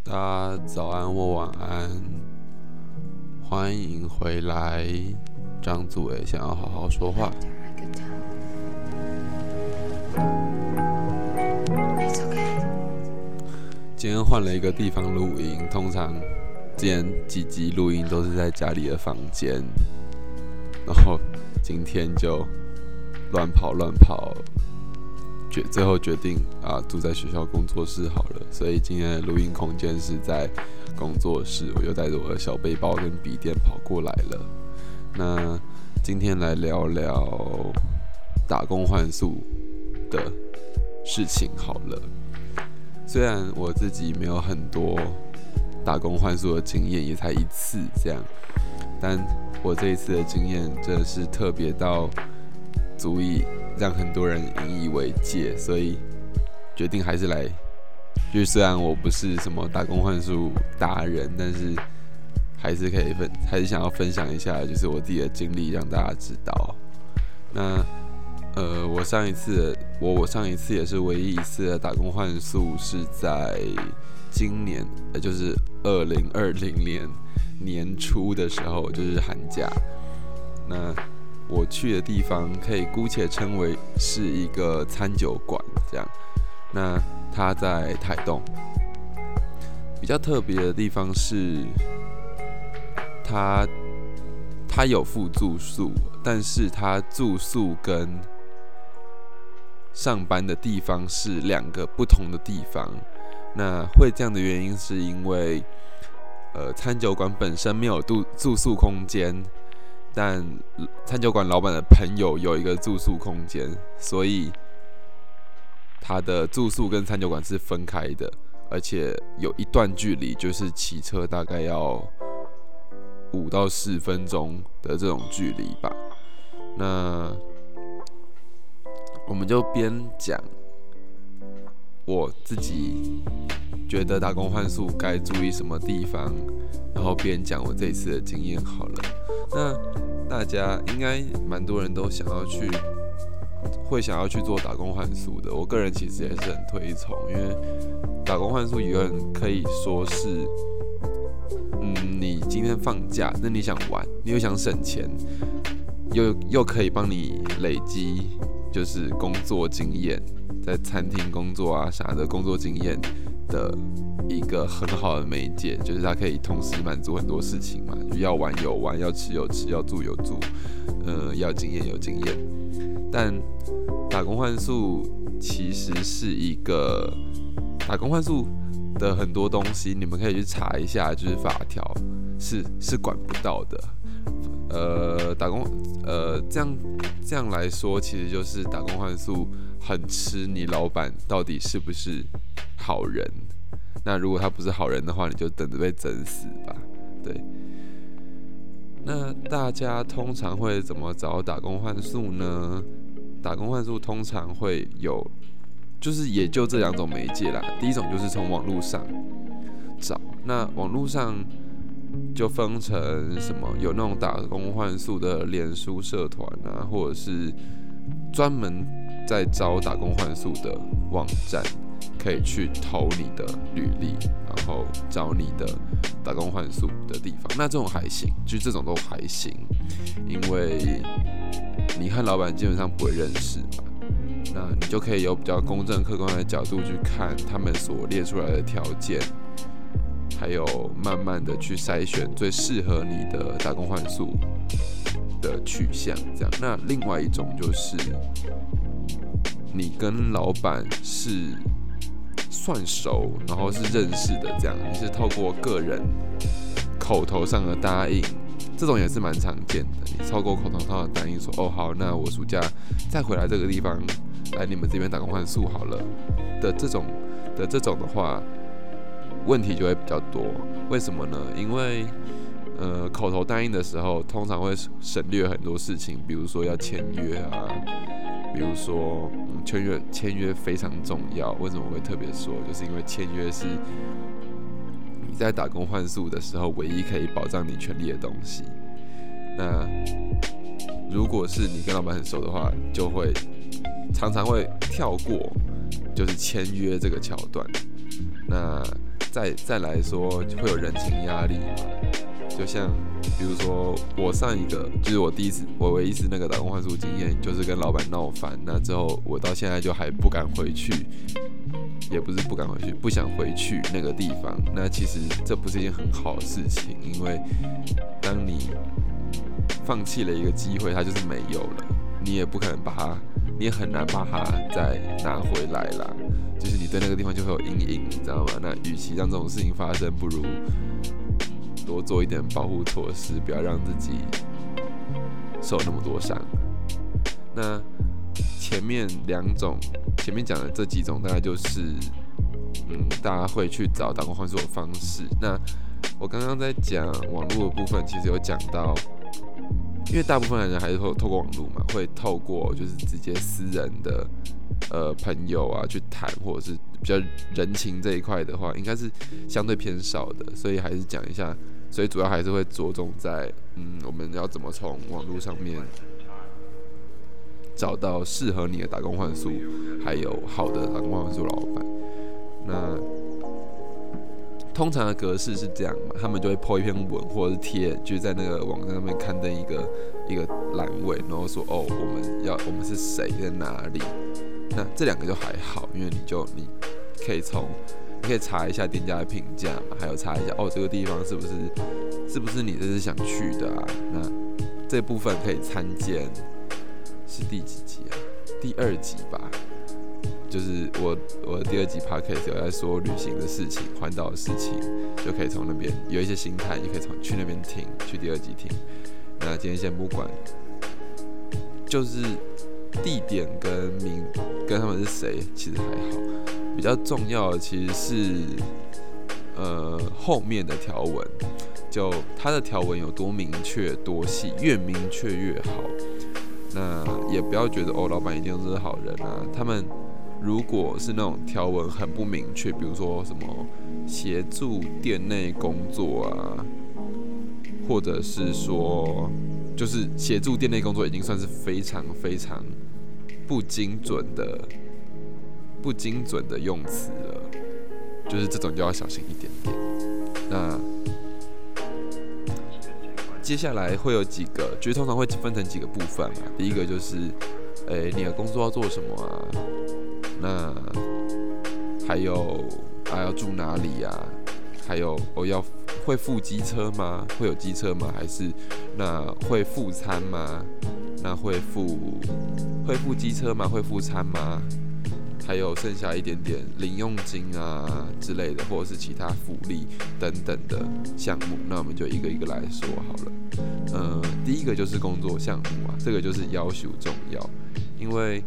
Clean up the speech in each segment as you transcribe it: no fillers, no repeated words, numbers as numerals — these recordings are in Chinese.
大家早安或晚安，欢迎回来。张祖伟想要好好说话。今天换了一个地方录音，通常之前几集录音都是在家里的房间，然后今天就乱跑，最后决定住在学校工作室好了，所以今天的录音空间是在工作室，我又带着我的小背包跟笔电跑过来了。那今天来聊聊打工换宿的事情好了。虽然我自己没有很多打工换宿的经验，也才一次这样，但我这一次的经验真的是特别到足以让很多人引以为戒，所以决定还是来。就是虽然我不是什么打工换宿达人，但是还是想要分享一下，就是我自己的经历，让大家知道。那我上一次也是唯一一次的打工换宿，是在今年，就是2020年年初的时候，就是寒假。那我去的地方可以姑且称为是一个餐酒馆，这样。那它在台东，比较特别的地方是，它有附住宿，但是它住宿跟上班的地方是两个不同的地方。那会这样的原因是因为，餐酒馆本身没有住宿空间，但餐酒馆老板的朋友有一个住宿空间，所以他的住宿跟餐酒馆是分开的，而且有一段距离，就是骑车大概要5到10分钟的这种距离吧。那我们就边讲我自己觉得打工换宿该注意什么地方，然后边讲我这一次的经验好了。那大家应该蛮多人都会想要去做打工换宿的，我个人其实也是很推崇，因为打工换宿有人可以说是，你今天放假，那你想玩，你又想省钱，又可以帮你累积就是工作经验，在餐厅工作啊啥的工作经验的一个很好的媒介，就是它可以同时满足很多事情嘛，就要玩有玩，要吃有吃，要住有住，要经验有经验。但打工换宿其实是一个打工换宿的很多东西，你们可以去查一下，就是法条是管不到的。这样来说，其实就是打工换宿很吃你老板到底是不是好人。那如果他不是好人的话，你就等着被整死吧。对。那大家通常会怎么找打工换宿呢？打工换宿通常会有，就是也就这2种媒介啦。第一种就是从网络上找，那网络上就分成什么，有那种打工换宿的脸书社团啊，或者是专门在招打工换宿的网站，可以去投你的履历，然后找你的打工换宿的地方。那这种还行，就这种都还行，因为你和老板基本上不会认识嘛，那你就可以有比较公正客观的角度去看他们所列出来的条件，还有慢慢的去筛选最适合你的打工换宿的取向，这样。那另外一种就是你跟老板是算熟，然后是认识的，这样你是透过个人口头上的答应，这种也是蛮常见的。你透过口头上的答应说，哦好，那我暑假再回来这个地方，来你们这边打工换宿好了的这种的话，问题就会比较多。为什么呢？因为口头答应的时候，通常会省略很多事情，比如说要签约啊，比如说签约非常重要。为什么我会特别说？就是因为签约是你在打工换宿的时候唯一可以保障你权利的东西。那如果是你跟老板很熟的话，就会常常会跳过就是签约这个桥段。那再来说会有人情压力嘛，就像比如说我上一个就是我唯一次那个打工换宿经验，就是跟老板闹翻，那之后我到现在就还不敢回去，也不是不敢回去，不想回去那个地方。那其实这不是一件很好的事情，因为当你放弃了一个机会，它就是没有了，你也不可能你也很难把它再拿回来啦。就是你对那个地方就会有阴影，你知道吗？那与其让这种事情发生，不如多做一点保护措施，不要让自己受那么多伤。那前面讲的这几种，大概就是大家会去找打工换宿的方式。那我刚刚在讲网络的部分，其实有讲到，因为大部分的人还是会透过网络嘛，会透过就是直接私人的朋友啊去谈，或者是比较人情这一块的话，应该是相对偏少的，所以还是讲一下。所以主要还是会着重在我们要怎么从网络上面找到适合你的打工换宿，还有好的打工换宿老板。那通常的格式是这样嘛，他们就会 po 一篇文或者是贴，就是在那个网站上面刊登一个栏位，然后说我们是谁在哪里。那这两个就还好，因为你可以查一下店家的评价嘛，还有查一下这个地方是不是你这次想去的啊？那这部分可以参见是第几集啊？第2集吧。就是我的第2集 podcast 有在说旅行的事情、环岛的事情，就可以从那边有一些心态，就可以去那边听，去第2集听。那今天先不管，就是地点跟他们是谁，其实还好。比较重要的其实是后面的条文，就它的条文有多明确多细，越明确越好。那也不要觉得老板一定都是好人啊，他们如果是那种条文很不明确，比如说什么协助店内工作啊，或者是说就是协助店内工作已经算是非常非常不精准的用词了，就是这种就要小心一点点。那接下来会有几个，就是通常会分成几个部分嘛。第一个就是，你的工作要做什么啊？那还有要住哪里啊？还有会付机车吗？会有机车吗？还是那会付餐吗？那会付机车吗？会付餐吗？还有剩下一点点零用金啊之类的，或者是其他福利等等的项目，那我们就一个一个来说好了。第一个就是工作项目啊，这个就是要求重要，因为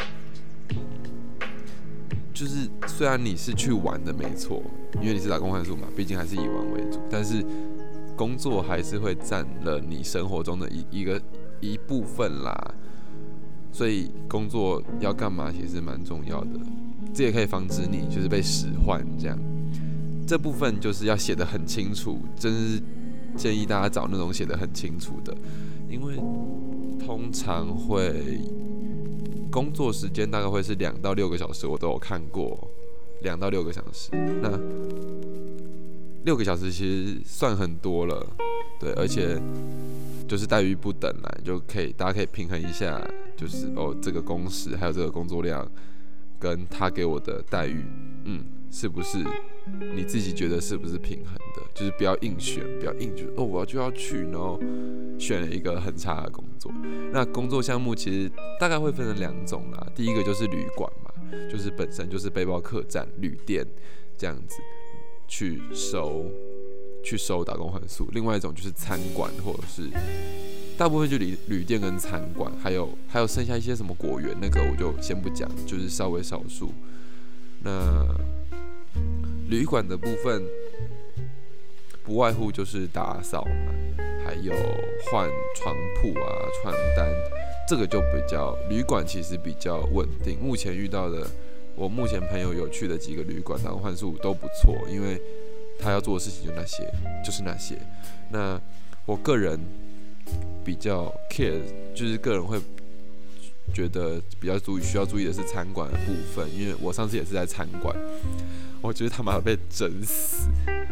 就是虽然你是去玩的没错，因为你是打工换宿嘛，毕竟还是以玩为主，但是工作还是会占了你生活中的一部分啦。所以工作要干嘛其实蛮重要的，这也可以防止你就是被使唤这样。这部分就是要写得很清楚，真是建议大家找那种写得很清楚的，因为通常会工作时间大概会是2到6个小时，我都有看过2到6个小时。那6个小时其实算很多了，对，而且就是待遇不等啦，大家可以平衡一下。就是这个工时还有这个工作量，跟他给我的待遇，是不是你自己觉得是不是平衡的？就是不要硬选，不要硬觉得我就要去，然后选了一个很差的工作。那工作项目其实大概会分成2种啦。第一个就是旅馆嘛，就是本身就是背包客栈、旅店这样子去收打工换宿。另外一种就是餐馆或者是。大部分就旅店跟餐馆，还有剩下一些什么果园，那个我就先不讲，就是稍微少数。那旅馆的部分，不外乎就是打扫嘛，还有换床铺啊、床单，这个就比较旅馆其实比较稳定。目前遇到的，我目前朋友有去的几个旅馆打工换宿都不错，因为他要做的事情就是那些。那我个人。比较 care， 就是个人会觉得比较需要注意的是餐馆的部分，因为我上次也是在餐馆， 我觉得他妈被整死。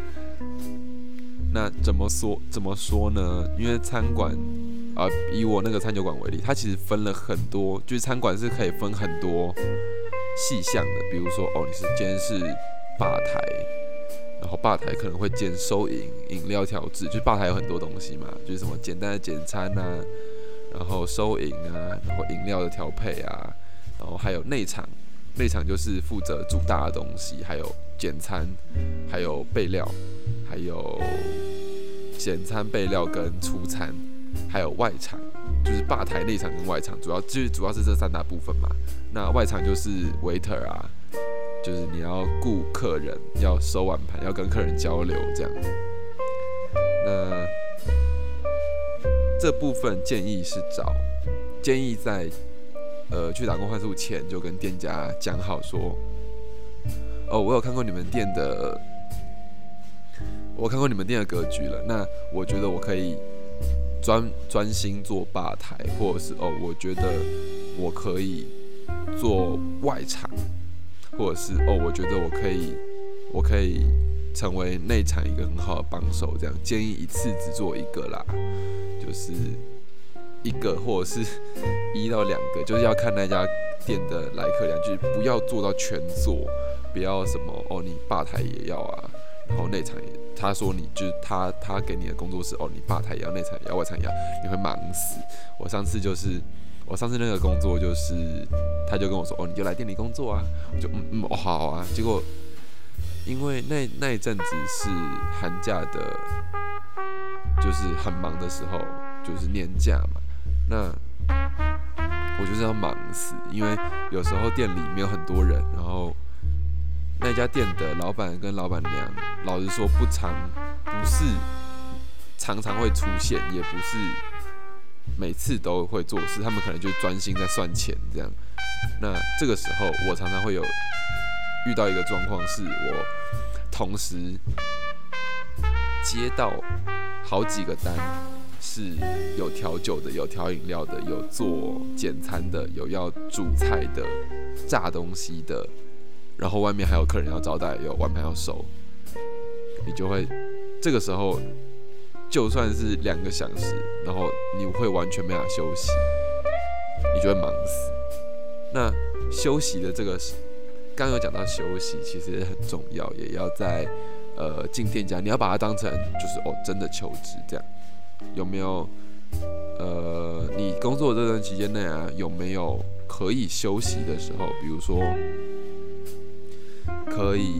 那怎么说呢？因为餐馆以我那个餐酒馆为例，它其实分了很多，就是餐馆是可以分很多细项的，比如说你今天是吧台，然后吧台可能会兼收银、饮料调制，就是吧台有很多东西嘛，就是什么简单的简餐啊，然后收银啊，然后饮料的调配啊，然后还有内场就是负责煮大的东西，还有简餐，还有备料，还有简餐、备料跟出餐，还有外场，就是吧台内场跟外场，主要是这三大部分嘛。那外场就是 waiter 啊，就是你要顾客人，要收碗盘，要跟客人交流这样。那这部分建议在去打工换宿前就跟店家讲好说，我有看过你们店的格局了，那我觉得我可以专心做吧台，或者是我觉得我可以做外场，或者是我觉得我可以成为内场一个很好的帮手，这样建议一次只做一个啦，就是一个或者是1到2个，就是要看那家店的来客量，就是不要做到全做，不要什么你吧台也要啊，然后内场也，他说你就是他给你的工作是你吧台也要，内场也要，外场也要，你会忙死。我上次那个工作就是，他就跟我说你就来店里工作啊，我就好啊，结果因为那一阵子是寒假的，就是很忙的时候，就是年假嘛，那我就是要忙死，因为有时候店里没有很多人，然后那家店的老板跟老板娘，老实说不是常常会出现，也不是每次都会做事，他们可能就专心在算钱这样。那这个时候我常常会遇到一个状况，是我同时接到好几个单，是有调酒的，有调饮料的，有做简餐的，有要煮菜的，炸东西的，然后外面还有客人要招待，有碗盘要收，你就会这个时候就算是2个小时，然后你会完全没法休息，你就会忙死。那休息的这个，刚刚有讲到休息，其实也很重要，也要在进店家，你要把它当成就是真的求职这样。有没有你工作这段期间内啊，有没有可以休息的时候？比如说可以，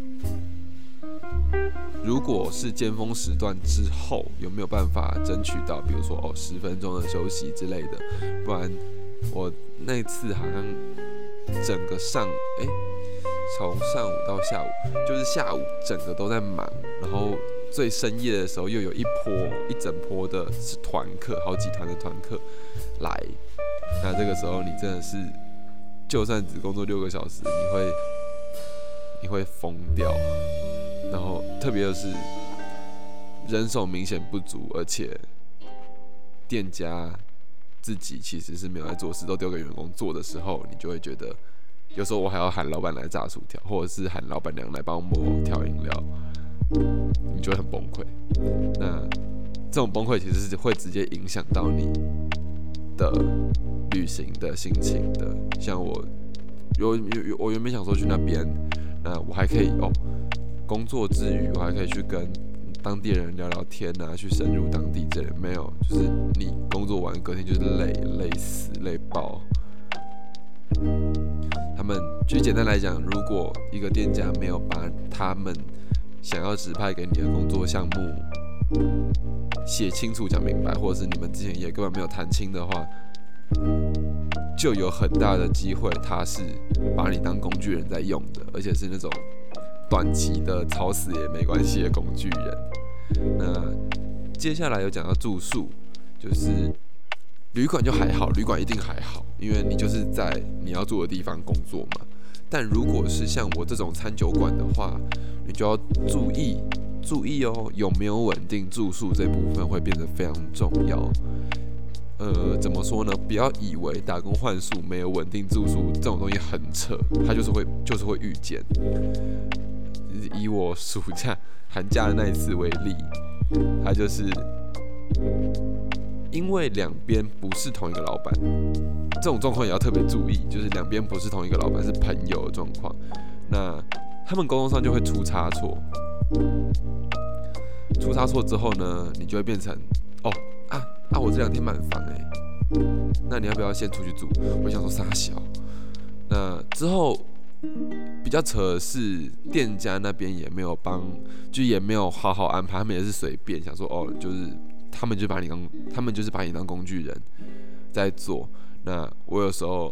如果是尖峰时段之后，有没有办法争取到，比如说10分钟的休息之类的？不然我那次好像整个从上午到下午，就是下午整个都在忙，然后最深夜的时候又有一整波的是团客，好几团的团客来，那这个时候你真的是，就算只工作6个小时，你会疯掉，然后特别是人手明显不足，而且店家自己其实是没有在做事，都丢给员工做的时候，你就会觉得，有时候我还要喊老板来炸薯条，或者是喊老板娘来帮我调饮料，你就会很崩溃。那这种崩溃其实是会直接影响到你的旅行的心情的。像我原本想说去那边，那我还可以工作之余，我还可以去跟当地人聊聊天啊，去深入当地之类的。没有，就是你工作完隔天就是累死累爆。他们就简单来讲，如果一个店家没有把他们想要指派给你的工作项目写清楚讲明白，或者是你们之前也根本没有谈清的话，就有很大的机会他是把你当工具人在用的，而且是那种短期的吵死也没关系的工具人。那接下来有讲到住宿，就是旅馆就还好，旅馆一定还好，因为你就是在你要住的地方工作嘛。但如果是像我这种餐酒馆的话，你就要注意有没有稳定住宿这部分会变得非常重要。怎么说呢？不要以为打工换宿没有稳定住宿这种东西很扯，它就是会遇见。 以我暑假寒假的那一次为例，他就是因为两边不是同一个老板，这种状况也要特别注意，就是两边不是同一个老板，是朋友的状况，那他们沟通上就会出差错。出差错之后呢，你就会变成我这2天满房那你要不要先出去住？我想说傻小。那之后比较扯的是，店家那边也没有就也没有好好安排，他们也是随便想说就是他们就是把你当工具人在做。那我有时候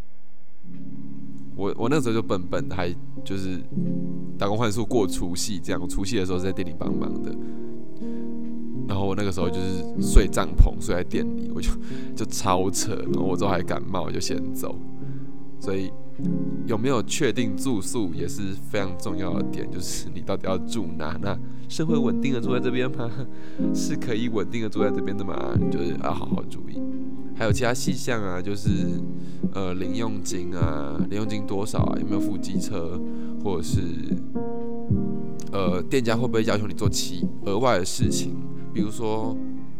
我那时候就笨笨的，还就是打工换宿过除夕这样，除夕的时候是在店里帮忙的。然后我那个时候就是睡帐篷，睡在店里，我就超扯。然后我之后还感冒，我就先走。所以有没有确定住宿也是非常重要的点，就是你到底要住哪？那是会稳定的住在这边吗？是可以稳定的住在这边的吗？你就是要好好注意。还有其他细项啊，就是零用金啊，零用金多少啊？有没有付机车，或者是店家会不会要求你做额外的事情？比如说，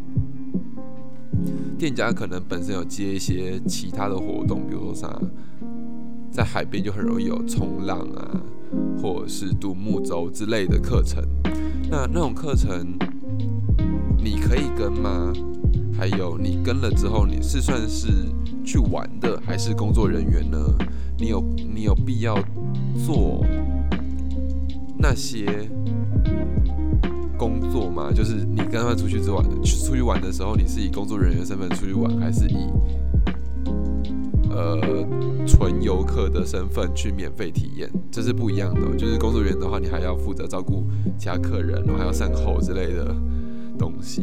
店家可能本身有接一些其他的活动，比如说在海边就很容易有冲浪啊，或者是独木舟之类的课程。那种课程你可以跟吗？还有你跟了之后，你是算是去玩的，还是工作人员呢？你有必要做那些工作吗？就是你跟他们出去玩的时候，你是以工作人员身份出去玩，还是以纯游客的身份去免费体验？这是不一样的。就是工作人员的话，你还要负责照顾其他客人，然后还要善后之类的东西，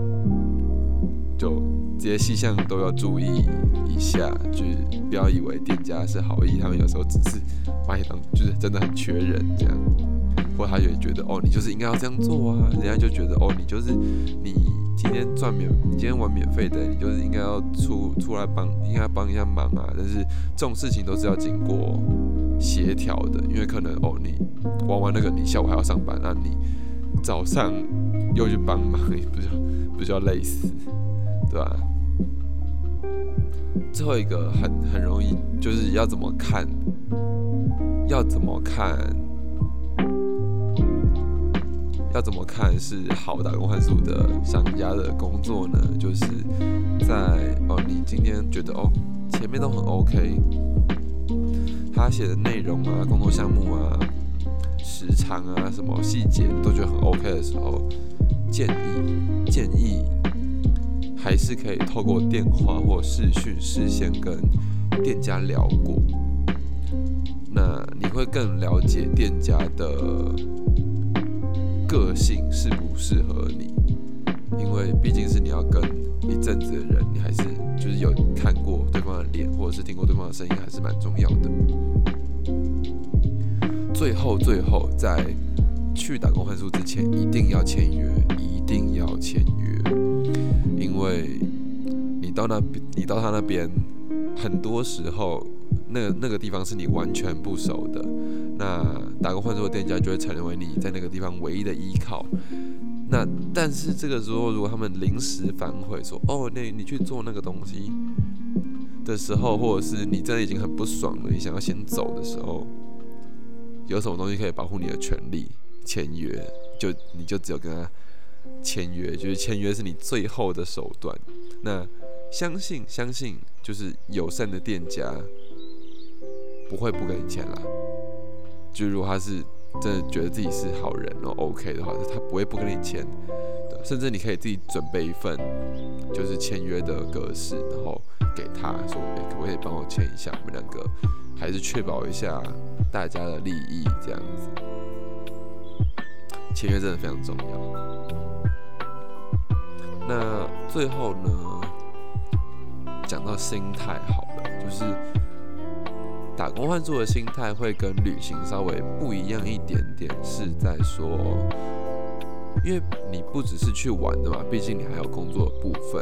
就这些细项都要注意一下。就是不要以为店家是好意，他们有时候只是把你当就是真的很缺人这样。或他也觉得你就是应该要这样做啊，人家就觉得你就是你今天玩免费的，你就是应该要出来应该帮一下忙啊。但是这种事情都是要经过协调的，因为可能你玩完那个，你下午还要上班，那你早上又去帮忙，不就要累死，对吧？最后一个很容易就是要怎么看是好打工换宿的商家的工作呢？就是在你今天觉得前面都很 OK， 他写的内容啊、工作项目啊、时长啊、什么细节都觉得很 OK 的时候，建议还是可以透过电话或视讯事先跟店家聊过，那你会更了解店家的个性适不适合你，因为毕竟是你要跟一阵子的人，你还是就是有看过对方的脸，或者是听过对方的声音，还是蛮重要的。最后，在去打工换宿之前，一定要签约，因为你到他那边，很多时候那个地方是你完全不熟的。那打工换宿的店家就会成为你在那个地方唯一的依靠。那但是这个时候，如果他们临时反悔说你去做那个东西的时候，或者是你真的已经很不爽了，你想要先走的时候，有什么东西可以保护你的权利？签约，你就只有跟他签约，就是签约是你最后的手段。那相信就是友善的店家不会不跟你签啦。就如果他是真的觉得自己是好人OK 的话，他不会不跟你签，甚至你可以自己准备一份就是签约的格式，然后给他说，可不可以帮我签一下？我们两个还是确保一下大家的利益，这样子。签约真的非常重要。那最后呢，讲到心态好了，就是打工换宿的心态会跟旅行稍微不一样一点点，是在说，因为你不只是去玩的嘛，毕竟你还有工作的部分，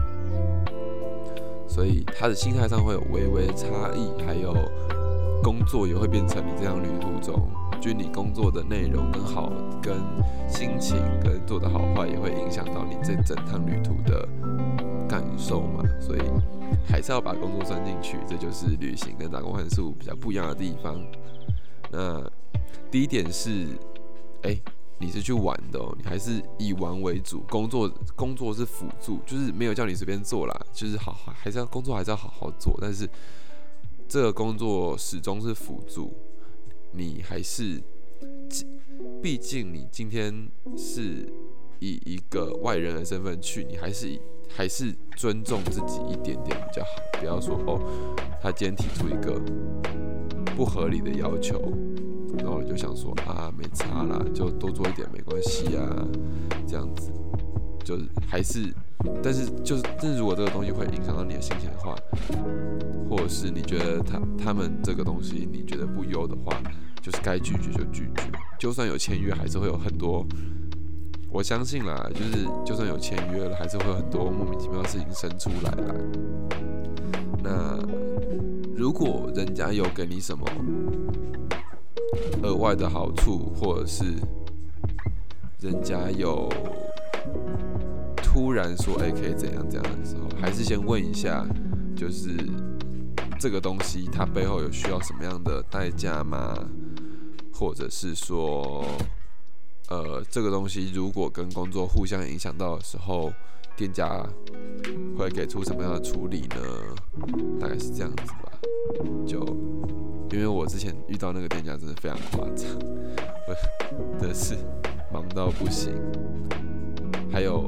所以他的心态上会有微微差异，还有工作也会变成你这趟旅途中就是你工作的内容跟心情跟做的好坏，也会影响到你这整趟旅途的感受嘛。所以还是要把工作算进去，这就是旅行跟打工换宿比较不一样的地方。那第一点是，你是去玩的哦，你还是以玩为主，工作是辅助，就是没有叫你随便做啦，就是还是要工作还是要好好做，但是这个工作始终是辅助，你还是，毕竟你今天是以一个外人的身份去，你还是尊重自己一点点比较好，不要说他今天提出一个不合理的要求。然后你就想说没差啦，就多做一点没关系啊，这样子，就是还是，但是如果这个东西会影响到你的心情的话，或者是你觉得他们这个东西你觉得不优的话，就是该拒绝就拒绝，就算有签约，还是会有很多，我相信啦，就是就算有签约了，还是会有很多莫名其妙的事情生出来啦。那如果人家有给你什么额外的好处，或者是人家有突然说可以怎样怎样的时候，还是先问一下，就是这个东西它背后有需要什么样的代价吗？或者是说这个东西如果跟工作互相影响到的时候，店家会给出什么样的处理呢？大概是这样子吧。就因为我之前遇到那个店家真的非常夸张，我真的是忙到不行。还有，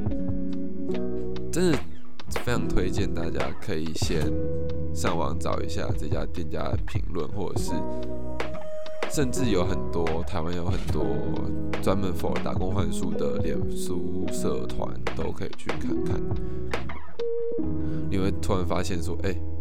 真的非常推荐大家可以先上网找一下这家店家的评论，或者是甚至有很多台湾有很多专门 for 打工换宿的脸书社团，都可以去看看。你会突然发现说，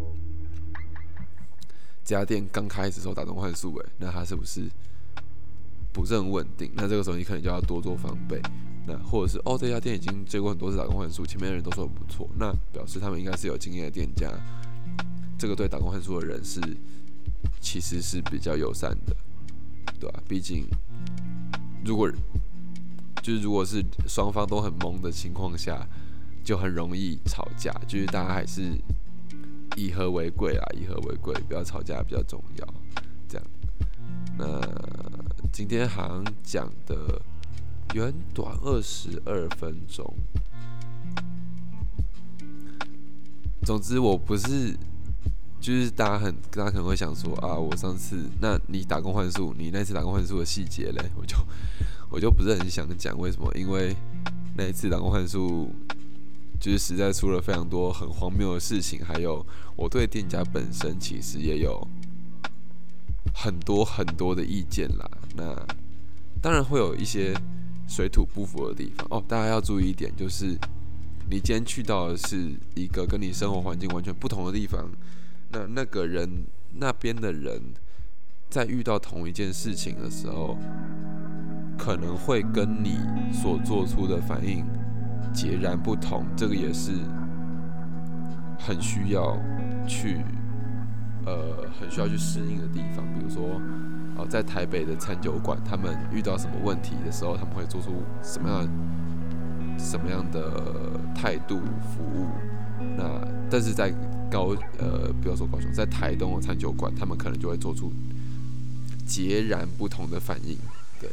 这家店刚开始的时候打工换宿，那它是不是不是很稳定？那这个时候你可能就要多做防备。那或者是这家店已经接过很多次打工换宿，前面的人都说很不错，那表示他们应该是有经验的店家。这个对打工换宿的人其实是比较友善的，对吧？毕竟如果是双方都很懵的情况下，就很容易吵架。就是大家还是以和为贵啦，以和为贵，不要吵架比较重要。这样，那今天好像讲的有点短，22分钟。总之，我不是，就是大家可能会想说我上次，那你打工换宿，你那次打工换宿的细节嘞，我就不是很想讲，为什么？因为那一次打工换宿，就是实在出了非常多很荒谬的事情，还有我对店家本身其实也有很多很多的意见啦。那当然会有一些水土不服的地方大家要注意一点，就是你今天去到的是一个跟你生活环境完全不同的地方，那个人那边的人在遇到同一件事情的时候，可能会跟你所做出的反应截然不同，这个也是很需要去适应的地方。比如说在台北的餐酒馆，他们遇到什么问题的时候，他们会做出什么样的态度服务。那但是在不要说高雄，在台东的餐酒馆，他们可能就会做出截然不同的反应。对，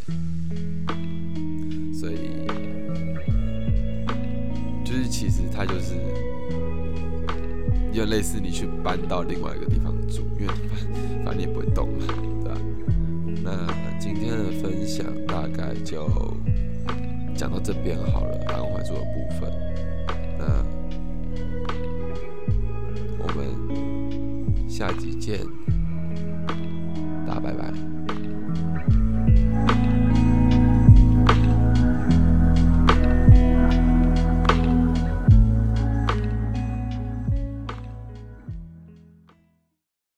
所以就是其实它就是有点类似你去搬到另外一个地方住，因为反正你也不会动嘛，对吧？那今天的分享大概就讲到这边好了，打工换宿的部分。那我们下集见。